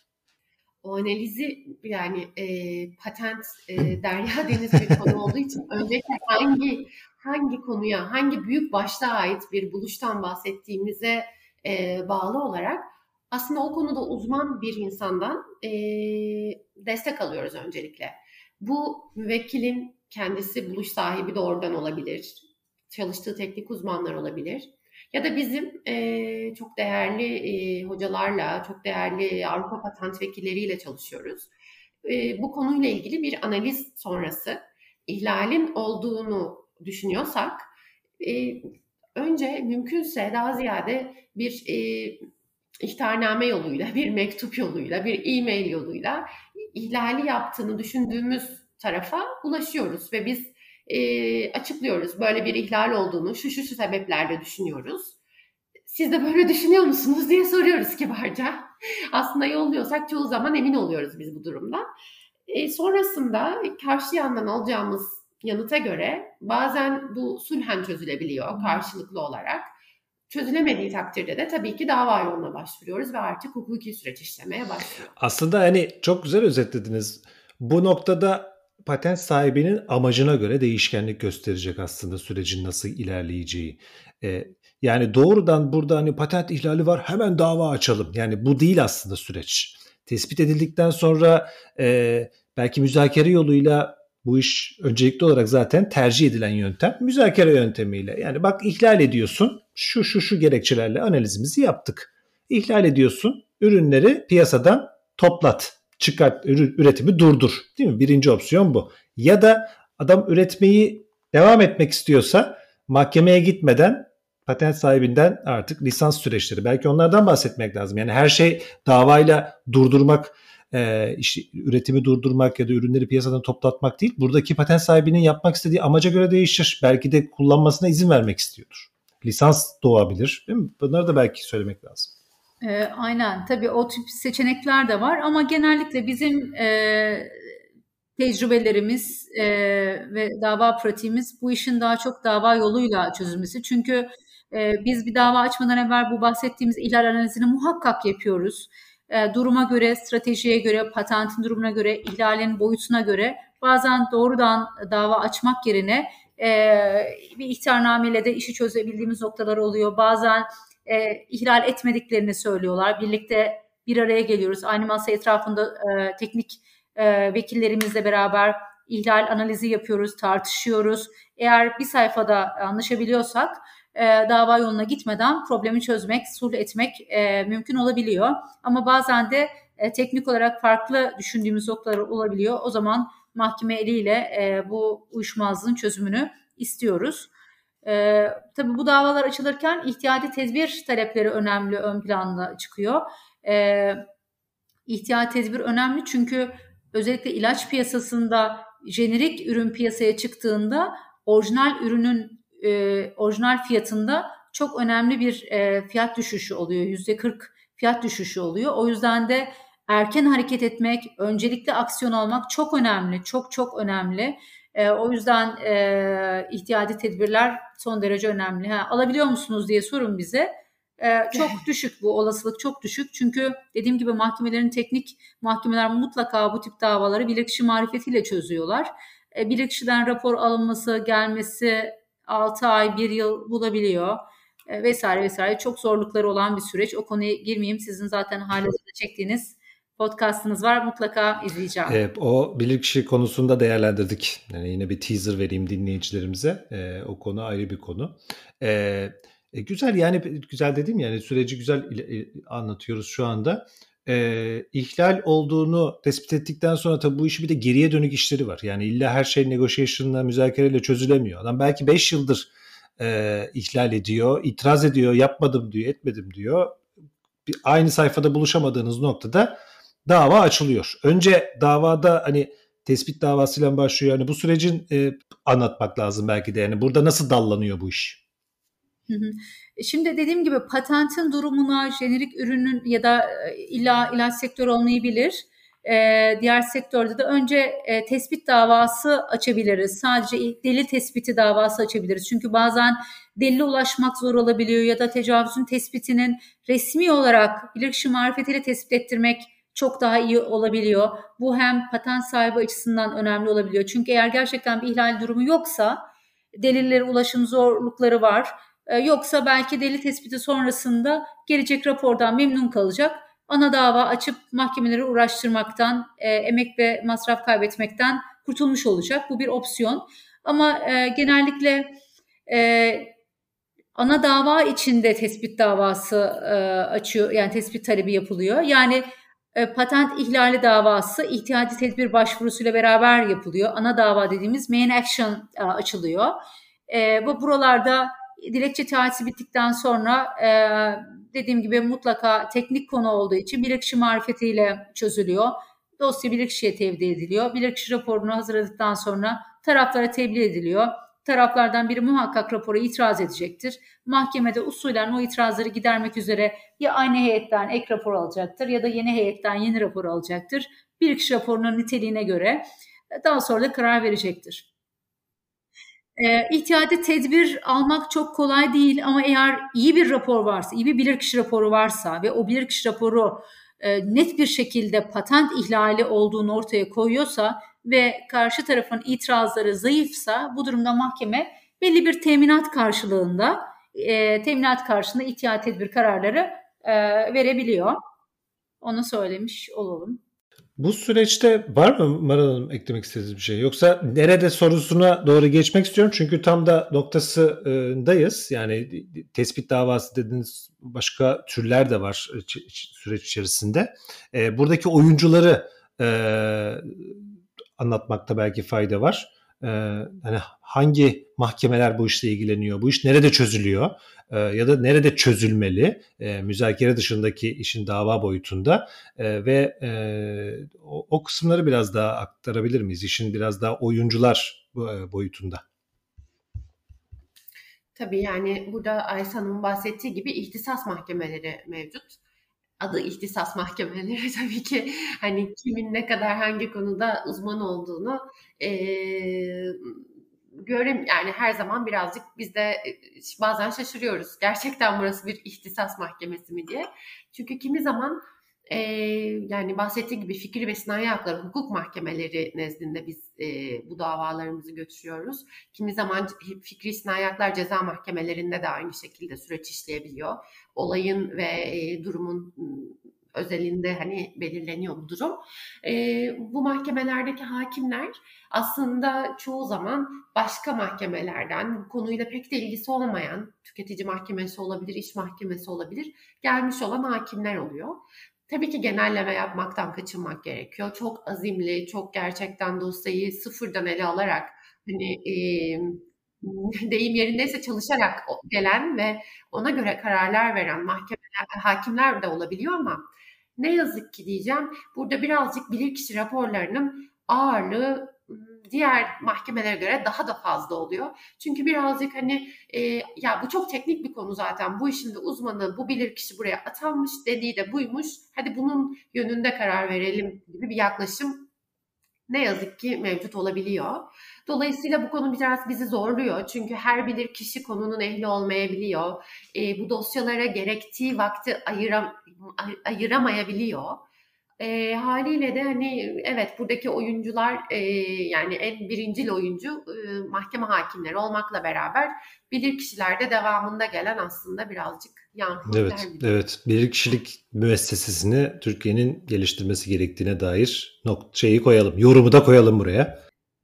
O analizi yani e, patent e, derya deniz bir konu olduğu için öncelikle hangi hangi konuya, hangi büyük başlığa ait bir buluştan bahsettiğimize e, bağlı olarak aslında o konuda uzman bir insandan e, destek alıyoruz öncelikle. Bu müvekkilin kendisi buluş sahibi doğrudan olabilir, çalıştığı teknik uzmanlar olabilir. Ya da bizim e, çok değerli e, hocalarla, çok değerli Avrupa patent vekilleriyle çalışıyoruz. E, bu konuyla ilgili bir analiz sonrası ihlalin olduğunu düşünüyorsak, e, önce mümkünse daha ziyade bir e, ihtarname yoluyla, bir mektup yoluyla, bir e-mail yoluyla ihlali yaptığını düşündüğümüz tarafa ulaşıyoruz ve biz e, açıklıyoruz. Böyle bir ihlal olduğunu şu şu şu sebeplerle düşünüyoruz. Siz de böyle düşünüyor musunuz diye soruyoruz kibarca. Aslında yolluyorsak çoğu zaman emin oluyoruz biz bu durumda. E, sonrasında karşı yandan alacağımız yanıta göre bazen bu sulhen çözülebiliyor karşılıklı olarak. Çözülemediği takdirde de tabii ki dava yoluna başvuruyoruz ve artık hukuki süreç işlemeye başlıyor. Aslında hani çok güzel özetlediniz. Bu noktada patent sahibinin amacına göre değişkenlik gösterecek aslında sürecin nasıl ilerleyeceği. Ee, yani doğrudan burada hani patent ihlali var hemen dava açalım. Yani bu değil aslında süreç. Tespit edildikten sonra e, belki müzakere yoluyla bu iş öncelikli olarak zaten tercih edilen yöntem müzakere yöntemiyle. Yani bak ihlal ediyorsun şu şu şu gerekçelerle analizimizi yaptık. İhlal ediyorsun ürünleri piyasadan toplat. Çıkart, üretimi durdur. Değil mi? Birinci opsiyon bu. Ya da adam üretmeyi devam etmek istiyorsa mahkemeye gitmeden patent sahibinden artık lisans süreçleri. Belki onlardan bahsetmek lazım. Yani her şey davayla durdurmak, e, işte üretimi durdurmak ya da ürünleri piyasadan toplatmak değil. Buradaki patent sahibinin yapmak istediği amaca göre değişir. Belki de kullanmasına izin vermek istiyordur. Lisans doğabilir. Değil mi? Bunları da belki söylemek lazım. E, aynen. Tabii o tip seçenekler de var ama genellikle bizim e, tecrübelerimiz e, ve dava pratiğimiz bu işin daha çok dava yoluyla çözülmesi. Çünkü e, biz bir dava açmadan evvel bu bahsettiğimiz ihlal analizini muhakkak yapıyoruz. E, duruma göre, stratejiye göre, patentin durumuna göre, ihlalin boyutuna göre bazen doğrudan dava açmak yerine e, bir ihtarnameyle de işi çözebildiğimiz noktalar oluyor. Bazen E, ihlal etmediklerini söylüyorlar. Birlikte bir araya geliyoruz. Aynı masa etrafında e, teknik e, vekillerimizle beraber ihlal analizi yapıyoruz, tartışıyoruz. Eğer bir sayfada anlaşabiliyorsak e, dava yoluna gitmeden problemi çözmek, sulh etmek e, mümkün olabiliyor. Ama bazen de e, teknik olarak farklı düşündüğümüz noktalar olabiliyor. O zaman mahkeme eliyle e, bu uyuşmazlığın çözümünü istiyoruz. Ee, tabii bu davalar açılırken ihtiyati tedbir talepleri önemli ön planda çıkıyor. Ee, ihtiyat tedbir önemli çünkü özellikle ilaç piyasasında jenerik ürün piyasaya çıktığında orijinal ürünün e, orijinal fiyatında çok önemli bir e, fiyat düşüşü oluyor. yüzde kırk fiyat düşüşü oluyor. O yüzden de erken hareket etmek, öncelikle aksiyon almak çok önemli. Çok çok önemli. E, o yüzden e, ihtiyati tedbirler son derece önemli. Ha, alabiliyor musunuz diye sorun bize. E, çok düşük bu olasılık, çok düşük. Çünkü dediğim gibi mahkemelerin teknik mahkemeler mutlaka bu tip davaları bilirkişi marifetiyle çözüyorlar. E, bilirkişiden rapor alınması, gelmesi altı ay, bir yıl bulabiliyor. E, vesaire vesaire. Çok zorlukları olan bir süreç. O konuya girmeyeyim. Sizin zaten halihazırda çektiğiniz podcastınız var. Mutlaka izleyeceğim. Evet, o bilirkişi konusunda değerlendirdik. Yani yine bir teaser vereyim dinleyicilerimize. E, o konu ayrı bir konu. E, e, güzel yani güzel dedim yani süreci güzel e, anlatıyoruz şu anda. E, ihlal olduğunu tespit ettikten sonra tabii bu işi bir de geriye dönük işleri var. Yani illa her şey negotiation'la, müzakereyle çözülemiyor. Adam belki beş yıldır e, ihlal ediyor, itiraz ediyor, yapmadım diyor, etmedim diyor. Bir, aynı sayfada buluşamadığınız noktada dava açılıyor. Önce davada hani tespit davasıyla başlıyor. Yani bu sürecin e, anlatmak lazım belki de. Yani burada nasıl dallanıyor bu iş? Hı hı. Şimdi dediğim gibi patentin durumuna, jenerik ürünün ya da illa ilaç sektörü olmayabilir. Ee, diğer sektörde de önce e, tespit davası açabiliriz. Sadece delil tespiti davası açabiliriz. Çünkü bazen delile ulaşmak zor olabiliyor ya da tecavüzün tespitinin resmi olarak bilirkişi marifetiyle tespit ettirmek çok daha iyi olabiliyor. Bu hem patent sahibi açısından önemli olabiliyor. Çünkü eğer gerçekten bir ihlal durumu yoksa delillere ulaşım zorlukları var. Yoksa belki delil tespiti sonrasında gelecek rapordan memnun kalacak. Ana dava açıp mahkemeleri uğraştırmaktan, e, emek ve masraf kaybetmekten kurtulmuş olacak. Bu bir opsiyon. Ama e, genellikle e, ana dava içinde tespit davası e, açıyor, yani tespit talebi yapılıyor. Yani e, patent ihlali davası ihtiyati tedbir başvurusuyla beraber yapılıyor. Ana dava dediğimiz main action e, açılıyor. E, bu buralarda dilekçe taahhütü bittikten sonra e, dediğim gibi mutlaka teknik konu olduğu için bilirkişi marifetiyle çözülüyor. Dosya bilirkişiye tevdi ediliyor. Bilirkişi raporunu hazırladıktan sonra taraflara tebliğ ediliyor. Taraflardan biri muhakkak rapora itiraz edecektir. Mahkemede usulen o itirazları gidermek üzere ya aynı heyetten ek rapor alacaktır ya da yeni heyetten yeni rapor alacaktır. Bilirkişi raporunun niteliğine göre daha sonra da karar verecektir. E, ihtiyati tedbir almak çok kolay değil ama eğer iyi bir rapor varsa, iyi bir bilirkişi raporu varsa ve o bilirkişi raporu e, net bir şekilde patent ihlali olduğunu ortaya koyuyorsa ve karşı tarafın itirazları zayıfsa bu durumda mahkeme belli bir teminat karşılığında e, teminat karşılığında ihtiyati tedbir kararları e, verebiliyor. Onu söylemiş olalım. Bu süreçte var mı Maral Hanım eklemek istediğiniz bir şey? Yoksa nerede sorusuna doğru geçmek istiyorum. Çünkü tam da noktasındayız. Yani tespit davası dediğiniz başka türler de var süreç içerisinde. Buradaki oyuncuları anlatmakta belki fayda var. Hani hangi mahkemeler bu işle ilgileniyor? Bu iş nerede çözülüyor? Ya da nerede çözülmeli e, müzakere dışındaki işin dava boyutunda e, ve e, o, o kısımları biraz daha aktarabilir miyiz? İşin biraz daha oyuncular e, boyutunda. Tabii yani burada Ayşe Hanım'ın bahsettiği gibi ihtisas mahkemeleri mevcut. Adı ihtisas mahkemeleri tabii ki hani kimin ne kadar hangi konuda uzman olduğunu e, görem yani her zaman birazcık biz de bazen şaşırıyoruz. Gerçekten burası bir ihtisas mahkemesi mi diye. Çünkü kimi zaman e, yani bahsettiği gibi fikri ve sinayi hakları hukuk mahkemeleri nezdinde biz e, bu davalarımızı götürüyoruz. Kimi zaman fikri sinayi haklar ceza mahkemelerinde de aynı şekilde süreç işleyebiliyor. Olayın ve e, durumun özelinde hani belirleniyor bu durum. E, bu mahkemelerdeki hakimler aslında çoğu zaman başka mahkemelerden bu konuyla pek de ilgisi olmayan, tüketici mahkemesi olabilir, iş mahkemesi olabilir, gelmiş olan hakimler oluyor. Tabii ki genelleme yapmaktan kaçınmak gerekiyor. Çok azimli, çok gerçekten dosyayı sıfırdan ele alarak hani e, deyim yerindeyse çalışarak gelen ve ona göre kararlar veren mahkemeler, hakimler de olabiliyor ama Ne yazık ki diyeceğim, burada birazcık bilirkişi raporlarının ağırlığı diğer mahkemelere göre daha da fazla oluyor. Çünkü birazcık hani e, ya bu çok teknik bir konu zaten. Bu işin de uzmanı, bu bilirkişi buraya atanmış, dediği de buymuş. Hadi bunun yönünde karar verelim gibi bir yaklaşım ne yazık ki mevcut olabiliyor. Dolayısıyla bu konu biraz bizi zorluyor. Çünkü her bilirkişi konunun ehli olmayabiliyor. E, bu dosyalara gerektiği vakti ayıram, ayıramayabiliyor. E, haliyle de hani evet buradaki oyuncular e, yani en birincil oyuncu e, mahkeme hakimleri olmakla beraber bilirkişilerde devamında gelen aslında birazcık yan roller. Evet, evet. Bilirkişilik müessesesini Türkiye'nin geliştirmesi gerektiğine dair nok- şeyi koyalım, yorumu da koyalım buraya.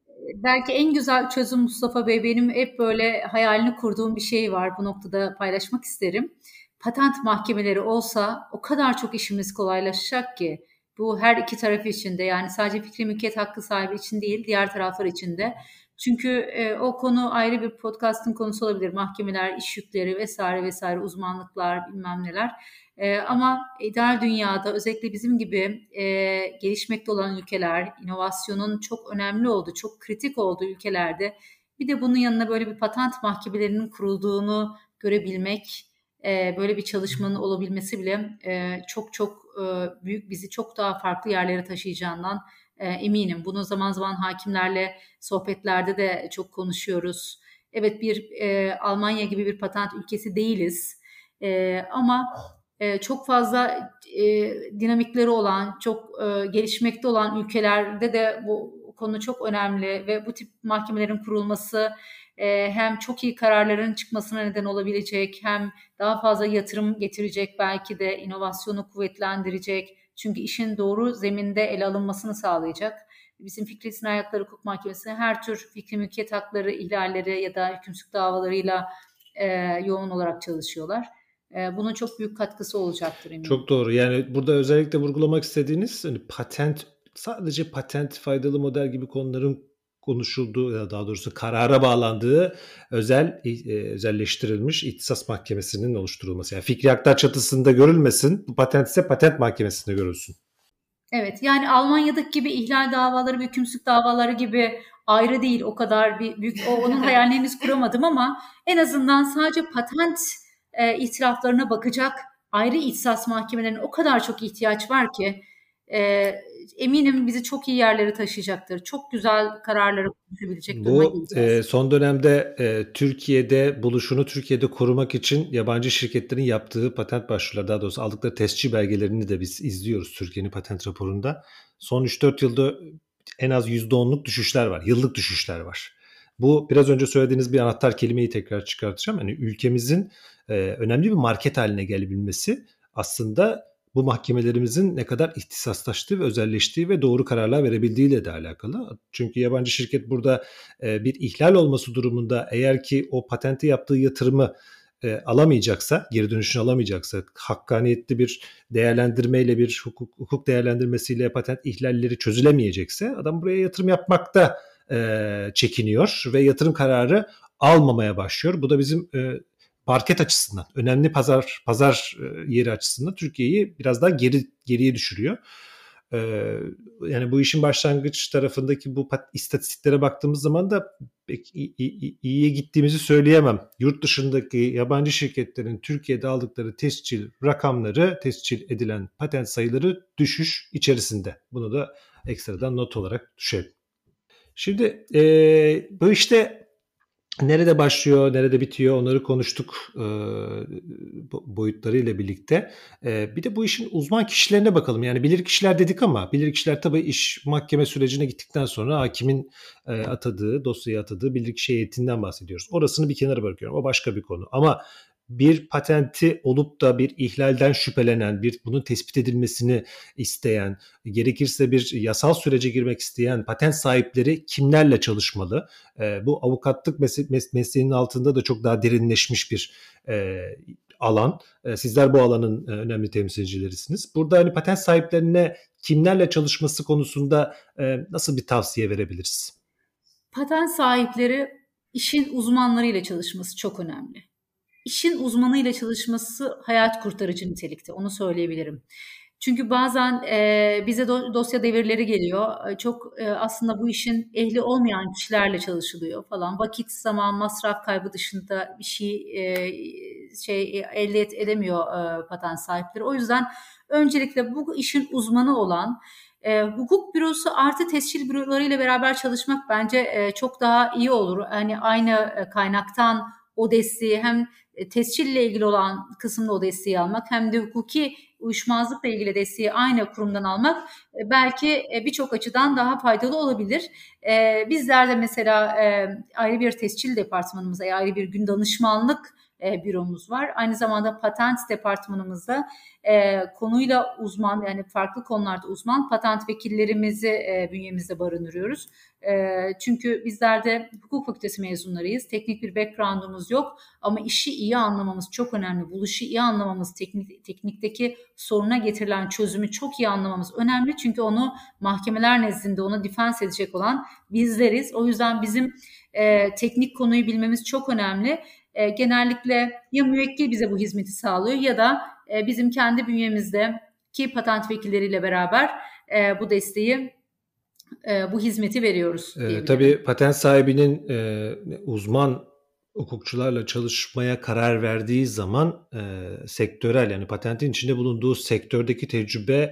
Belki en güzel çözüm Mustafa Bey, benim hep böyle hayalini kurduğum bir şey var, bu noktada paylaşmak isterim. Patent mahkemeleri olsa o kadar çok işimiz kolaylaşacak ki, bu her iki taraf için de, yani sadece fikri mülkiyet hakkı sahibi için değil, diğer taraflar için de. Çünkü e, o konu ayrı bir podcast'ın konusu olabilir. Mahkemeler, iş yükleri vesaire vesaire, uzmanlıklar, bilmem neler. E, ama ideal dünyada özellikle bizim gibi e, gelişmekte olan ülkeler, inovasyonun çok önemli olduğu, çok kritik olduğu ülkelerde bir de bunun yanına böyle bir patent mahkemelerinin kurulduğunu görebilmek, e, böyle bir çalışmanın olabilmesi bile e, çok çok e, büyük, bizi çok daha farklı yerlere taşıyacağından e, eminim. Bunu zaman zaman hakimlerle sohbetlerde de çok konuşuyoruz. Evet, bir e, Almanya gibi bir patent ülkesi değiliz e, ama e, çok fazla e, dinamikleri olan, çok e, gelişmekte olan ülkelerde de bu konu çok önemli ve bu tip mahkemelerin kurulması e, hem çok iyi kararların çıkmasına neden olabilecek, hem daha fazla yatırım getirecek, belki de inovasyonu kuvvetlendirecek. Çünkü işin doğru zeminde ele alınmasını sağlayacak. Bizim Fikri Sinayi Hakları Hukuk Mahkemesi her tür fikri mülkiyet hakları ihlalleri ya da hükümsüzlük davalarıyla e, yoğun olarak çalışıyorlar. E, bunun çok büyük katkısı olacaktır eminim. Çok doğru. Yani burada özellikle vurgulamak istediğiniz hani patent, sadece patent faydalı model gibi konuların konuşulduğu ya daha doğrusu karara bağlandığı özel e, özelleştirilmiş ihtisas mahkemesinin oluşturulması. Yani fikri haklar çatısında görülmesin. Bu patent ise patent mahkemesinde görülsün. Evet, yani Almanya'daki gibi ihlal davaları ve hükümsüzlük davaları gibi ayrı değil, o kadar bir büyük, o, onun hayalini henüz kuramadım ama en azından sadece patent e, itiraflarına bakacak ayrı ihtisas mahkemelerine o kadar çok ihtiyaç var ki e, eminim bizi çok iyi yerlere taşıyacaktır. Çok güzel kararları konuşabilecek duruma Bu geleceğiz. e, son dönemde e, Türkiye'de buluşunu Türkiye'de korumak için yabancı şirketlerin yaptığı patent başvuruları, daha doğrusu aldıkları tescil belgelerini de biz izliyoruz Türkiye'nin patent raporunda. Son üç dört yılda en az yüzde onluk düşüşler var, yıllık düşüşler var. Bu biraz önce söylediğiniz bir anahtar kelimeyi tekrar çıkartacağım. Yani ülkemizin e, önemli bir market haline gelebilmesi aslında bu mahkemelerimizin ne kadar ihtisaslaştığı ve özelleştiği ve doğru kararlar verebildiğiyle de alakalı. Çünkü yabancı şirket burada e, bir ihlal olması durumunda eğer ki o patenti yaptığı yatırımı e, alamayacaksa, geri dönüşünü alamayacaksa, hakkaniyetli bir değerlendirmeyle, bir hukuk, hukuk değerlendirmesiyle patent ihlalleri çözülemeyecekse adam buraya yatırım yapmakta e, çekiniyor ve yatırım kararı almamaya başlıyor. Bu da bizim e, market açısından, önemli pazar pazar yeri açısından Türkiye'yi biraz daha geri geriye düşürüyor. Ee, yani bu işin başlangıç tarafındaki bu istatistiklere baktığımız zaman da pek iyiye gittiğimizi söyleyemem. Yurt dışındaki yabancı şirketlerin Türkiye'de aldıkları tescil rakamları, tescil edilen patent sayıları düşüş içerisinde. Bunu da ekstradan not olarak düşelim. Şimdi e, bu işte nerede başlıyor, nerede bitiyor onları konuştuk e, boyutlarıyla birlikte. E, bir de bu işin uzman kişilerine bakalım. Yani bilirkişiler dedik ama bilirkişiler tabii iş mahkeme sürecine gittikten sonra hakimin e, atadığı, dosyayı atadığı bilirkişi heyetinden bahsediyoruz. Orasını bir kenara bırakıyorum. O başka bir konu. Ama bir patenti olup da bir ihlalden şüphelenen, bir bunun tespit edilmesini isteyen, gerekirse bir yasal sürece girmek isteyen patent sahipleri kimlerle çalışmalı? E, bu avukatlık mes- mesleğinin altında da çok daha derinleşmiş bir e, alan. E, sizler bu alanın e, önemli temsilcilerisiniz. Burada hani patent sahiplerine kimlerle çalışması konusunda e, nasıl bir tavsiye verebiliriz? Patent sahipleri işin uzmanlarıyla çalışması çok önemli. İşin uzmanıyla çalışması hayat kurtarıcı nitelikte, onu söyleyebilirim. Çünkü bazen e, bize do- dosya devirleri geliyor. E, Çok e, aslında bu işin ehli olmayan kişilerle çalışılıyor falan. Vakit, zaman, masraf kaybı dışında bir şey e, şey elde et, edemiyor e, patent sahipleri. O yüzden öncelikle bu işin uzmanı olan e, hukuk bürosu artı tescil bürolarıyla beraber çalışmak bence e, çok daha iyi olur. Yani aynı e, kaynaktan o desteği hem e, tescille ilgili olan kısımda o desteği almak hem de hukuki uyuşmazlıkla ilgili desteği aynı kurumdan almak e, belki e, birçok açıdan daha faydalı olabilir. E, bizler de mesela e, ayrı bir tescil departmanımız, ayrı bir gün danışmanlık e, büromuz var. Aynı zamanda patent departmanımızda e, konuyla uzman, yani farklı konularda uzman patent vekillerimizi e, bünyemizde barındırıyoruz. E, çünkü bizler de hukuk fakültesi mezunlarıyız. Teknik bir background'umuz yok ama işi iyi anlamamız çok önemli. Bu işi iyi anlamamız, teknik, teknikteki soruna getirilen çözümü çok iyi anlamamız önemli. Çünkü onu mahkemeler nezdinde onu defense edecek olan bizleriz. O yüzden bizim e, teknik konuyu bilmemiz çok önemli. E, genellikle ya müvekkil bize bu hizmeti sağlıyor ya da e, bizim kendi bünyemizde ki patent vekilleriyle beraber e, bu desteği, e, bu hizmeti veriyoruz E, tabii patent sahibinin e, uzman hukukçularla çalışmaya karar verdiği zaman e, sektörel, yani patentin içinde bulunduğu sektördeki tecrübeye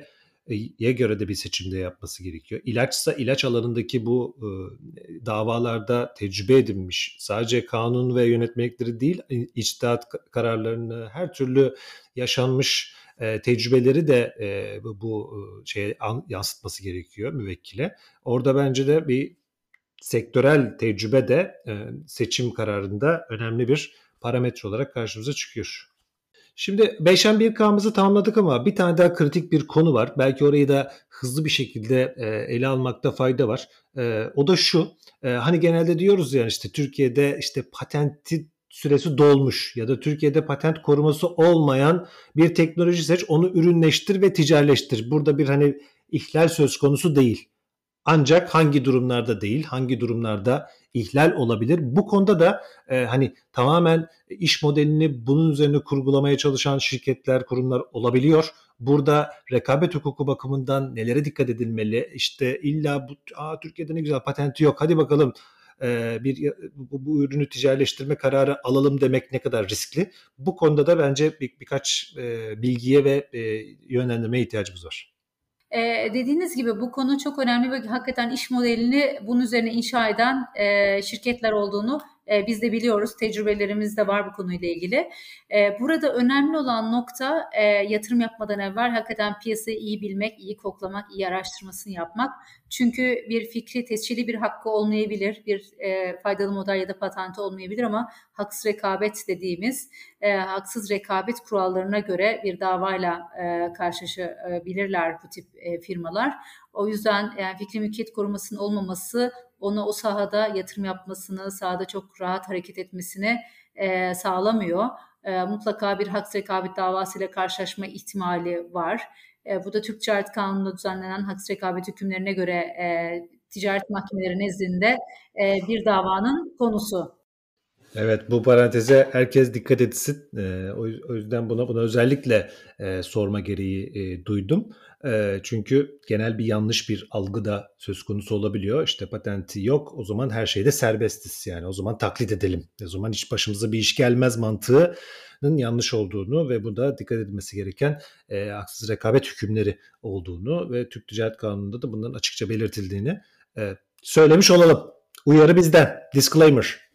göre de bir seçimde yapması gerekiyor. İlaçsa ilaç alanındaki bu e, davalarda tecrübe edinmiş, sadece kanun ve yönetmelikleri değil, içtihat kararlarını, her türlü yaşanmış e, tecrübeleri de e, bu, bu şeye an, yansıtması gerekiyor müvekkile. Orada bence de bir sektörel tecrübe de e, seçim kararında önemli bir parametre olarak karşımıza çıkıyor. Şimdi beş M bir K'mızı tamamladık ama bir tane daha kritik bir konu var. Belki orayı da hızlı bir şekilde e, ele almakta fayda var. E, o da şu, e, hani genelde diyoruz ya işte Türkiye'de işte patenti süresi dolmuş ya da Türkiye'de patent koruması olmayan bir teknoloji seç, onu ürünleştir ve ticaretleştir. Burada bir hani ihlal söz konusu değil. Ancak hangi durumlarda değil, hangi durumlarda ihlal olabilir? Bu konuda da e, hani tamamen iş modelini bunun üzerine kurgulamaya çalışan şirketler, kurumlar olabiliyor. Burada rekabet hukuku bakımından nelere dikkat edilmeli? İşte illa bu, Aa, Türkiye'de ne güzel patenti yok, hadi bakalım e, bir bu, bu ürünü ticaretleştirme kararı alalım demek ne kadar riskli? Bu konuda da bence bir, birkaç e, bilgiye ve e, yönlendirmeye ihtiyacımız var. Ee, dediğiniz gibi bu konu çok önemli ve hakikaten iş modelini bunun üzerine inşa eden e, şirketler olduğunu e, biz de biliyoruz. Tecrübelerimiz de var bu konuyla ilgili. E, burada önemli olan nokta e, yatırım yapmadan evvel hakikaten piyasayı iyi bilmek, iyi koklamak, iyi araştırmasını yapmak. Çünkü bir fikri, tescilli bir hakkı olmayabilir, bir e, faydalı model ya da patenti olmayabilir ama haksız rekabet dediğimiz e, haksız rekabet kurallarına göre bir davayla e, karşılaşabilirler bu tip e, firmalar. O yüzden yani fikri mülkiyet korumasının olmaması ona o sahada yatırım yapmasını, sahada çok rahat hareket etmesini e, sağlamıyor. E, mutlaka bir haksız rekabet davasıyla karşılaşma ihtimali var. E, bu da Türk Ticaret Kanunu'nda düzenlenen haksız rekabet hükümlerine göre e, ticaret mahkemeleri nezdinde e, bir davanın konusu. Evet, bu paranteze herkes dikkat etsin. E, o yüzden buna buna özellikle e, sorma gereği e, duydum. E, çünkü genel bir yanlış bir algı da söz konusu olabiliyor. İşte patenti yok, o zaman her şeyde serbestiz. Yani o zaman taklit edelim. O zaman hiç başımıza bir iş gelmez mantığının yanlış olduğunu ve bu da dikkat edilmesi gereken e, haksız rekabet hükümleri olduğunu ve Türk Ticaret Kanunu'nda da bunların açıkça belirtildiğini e, söylemiş olalım. Uyarı bizden. Disclaimer.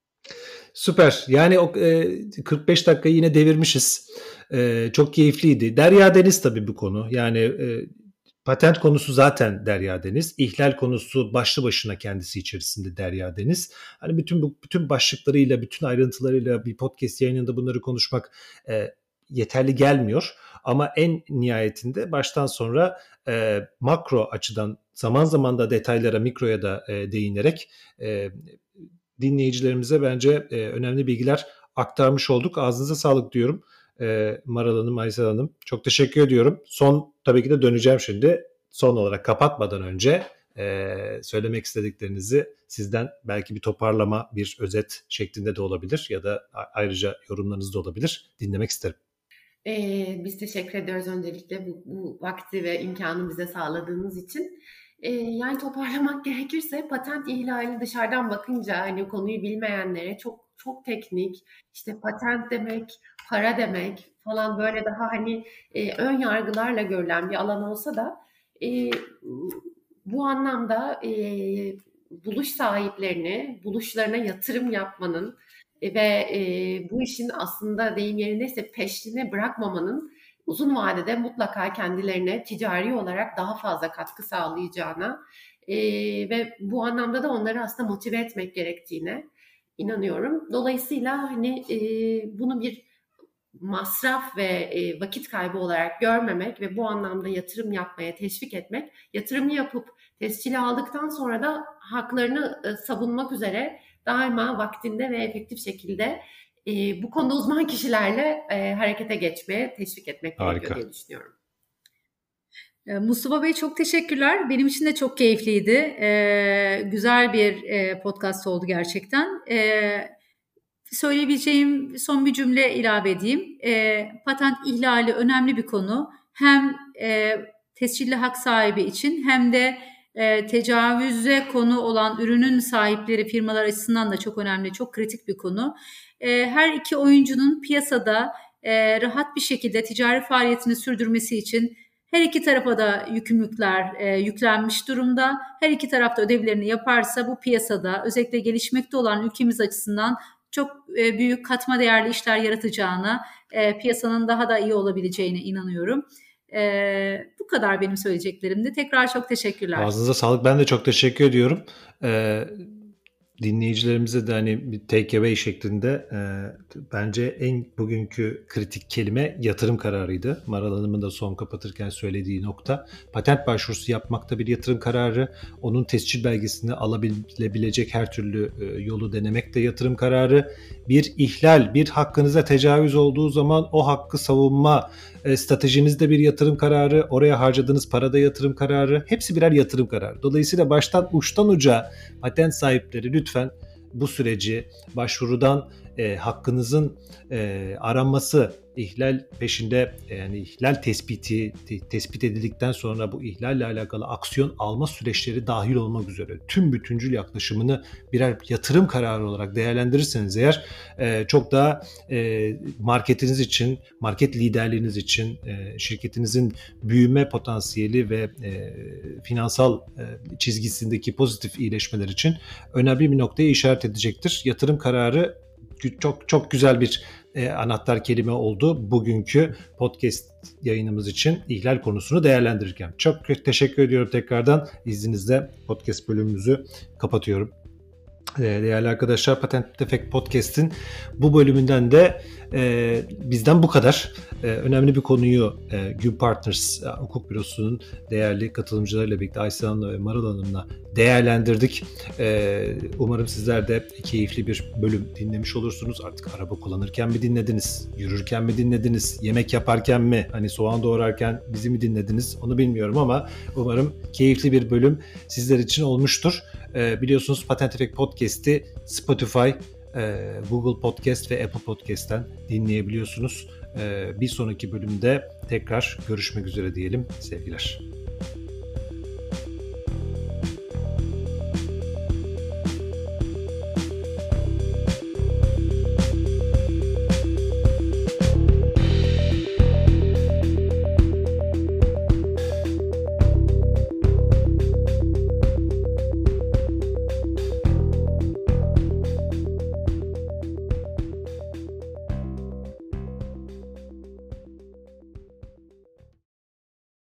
Süper. Yani o e, kırk beş dakika yine devirmişiz. E, çok keyifliydi. Derya deniz tabii bu konu. Yani e, patent konusu zaten derya deniz. İhlal konusu başlı başına kendisi içerisinde derya deniz. Hani bütün bu bütün başlıklarıyla, bütün ayrıntılarıyla bir podcast yayınında bunları konuşmak e, yeterli gelmiyor. Ama en nihayetinde baştan sonra e, makro açıdan zaman zaman da detaylara, mikroya da e, değinerek e, dinleyicilerimize bence e, önemli bilgiler aktarmış olduk. Ağzınıza sağlık diyorum. E, Maral Hanım, Aysel Hanım. Çok teşekkür ediyorum. Son tabii ki de döneceğim şimdi. Son olarak kapatmadan önce e, söylemek istediklerinizi sizden belki bir toparlama, bir özet şeklinde de olabilir ya da ayrıca yorumlarınız da olabilir. Dinlemek isterim. Ee, biz teşekkür ediyoruz öncelikle bu, bu vakti ve imkanı bize sağladığınız için. Ee, yani toparlamak gerekirse patent ihlali dışarıdan bakınca hani konuyu bilmeyenlere çok çok teknik, işte patent demek, para demek falan böyle daha hani e, ön yargılarla görülen bir alan olsa da e, bu anlamda e, buluş sahiplerini, buluşlarına yatırım yapmanın ve e, bu işin aslında deyim yerindeyse peşine bırakmamanın uzun vadede mutlaka kendilerine ticari olarak daha fazla katkı sağlayacağına e, ve bu anlamda da onları aslında motive etmek gerektiğine inanıyorum. Dolayısıyla hani e, bunu bir masraf ve e, vakit kaybı olarak görmemek ve bu anlamda yatırım yapmaya teşvik etmek, yatırımı yapıp tescili aldıktan sonra da haklarını e, savunmak üzere daima vaktinde ve efektif şekilde e, bu konuda uzman kişilerle e, harekete geçmeye teşvik etmek Harika. gerekiyor diye düşünüyorum. Mustafa Bey çok teşekkürler. Benim için de çok keyifliydi. Ee, güzel bir e, podcast oldu gerçekten. Ee, söyleyebileceğim son bir cümle ilave edeyim. E, patent ihlali önemli bir konu. Hem e, tescilli hak sahibi için hem de e, tecavüze konu olan ürünün sahipleri firmalar açısından da çok önemli, çok kritik bir konu. E, her iki oyuncunun piyasada e, rahat bir şekilde ticari faaliyetini sürdürmesi için her iki tarafa da yükümlülükler e, yüklenmiş durumda. Her iki tarafta ödevlerini yaparsa bu piyasada özellikle gelişmekte olan ülkemiz açısından çok e, büyük katma değerli işler yaratacağına, e, piyasanın daha da iyi olabileceğine inanıyorum. E, bu kadar benim söyleyeceklerimdi. Tekrar çok teşekkürler. Ağzınıza sağlık. Ben de çok teşekkür ediyorum. Ee, dinleyicilerimize de hani bir take away şeklinde e, bence en bugünkü kritik kelime yatırım kararıydı. Maral Hanım'ın da son kapatırken söylediği nokta. Patent başvurusu yapmakta bir yatırım kararı. Onun tescil belgesini alabilecek her türlü e, yolu denemek de yatırım kararı. Bir ihlal, bir hakkınıza tecavüz olduğu zaman o hakkı savunma e, stratejiniz de bir yatırım kararı. Oraya harcadığınız para da yatırım kararı. Hepsi birer yatırım kararı. Dolayısıyla baştan uçtan uca patent sahipleri lütfen bu süreci başvurudan e, hakkınızın e, aranması, ihlal peşinde yani ihlal tespiti te, tespit edildikten sonra bu ihlalle alakalı aksiyon alma süreçleri dahil olmak üzere tüm bütüncül yaklaşımını birer yatırım kararı olarak değerlendirirseniz eğer e, çok daha e, marketiniz için, market liderliğiniz için, e, şirketinizin büyüme potansiyeli ve e, finansal e, çizgisindeki pozitif iyileşmeler için önemli bir noktaya işaret edecektir. Yatırım kararı çok çok güzel bir e, anahtar kelime oldu bugünkü podcast yayınımız için ihlal konusunu değerlendirirken. Çok teşekkür ediyorum tekrardan. İzninizle podcast bölümümüzü kapatıyorum. E, değerli arkadaşlar, Patent Efekt Podcast'in bu bölümünden de e, bizden bu kadar. E, önemli bir konuyu e, Gün Partners e, Hukuk Bürosu'nun değerli katılımcılarıyla birlikte Aysel Hanım'la ve Maral Hanım'la değerlendirdik. E, umarım sizler de keyifli bir bölüm dinlemiş olursunuz. Artık araba kullanırken mi dinlediniz? Yürürken mi dinlediniz? Yemek yaparken mi? Hani soğan doğrarken bizi mi dinlediniz? Onu bilmiyorum ama umarım keyifli bir bölüm sizler için olmuştur. E, biliyorsunuz Patent Efekt Podcast'i Spotify, e, Google Podcast ve Apple Podcast'ten dinleyebiliyorsunuz. E, bir sonraki bölümde tekrar görüşmek üzere diyelim. Sevgiler.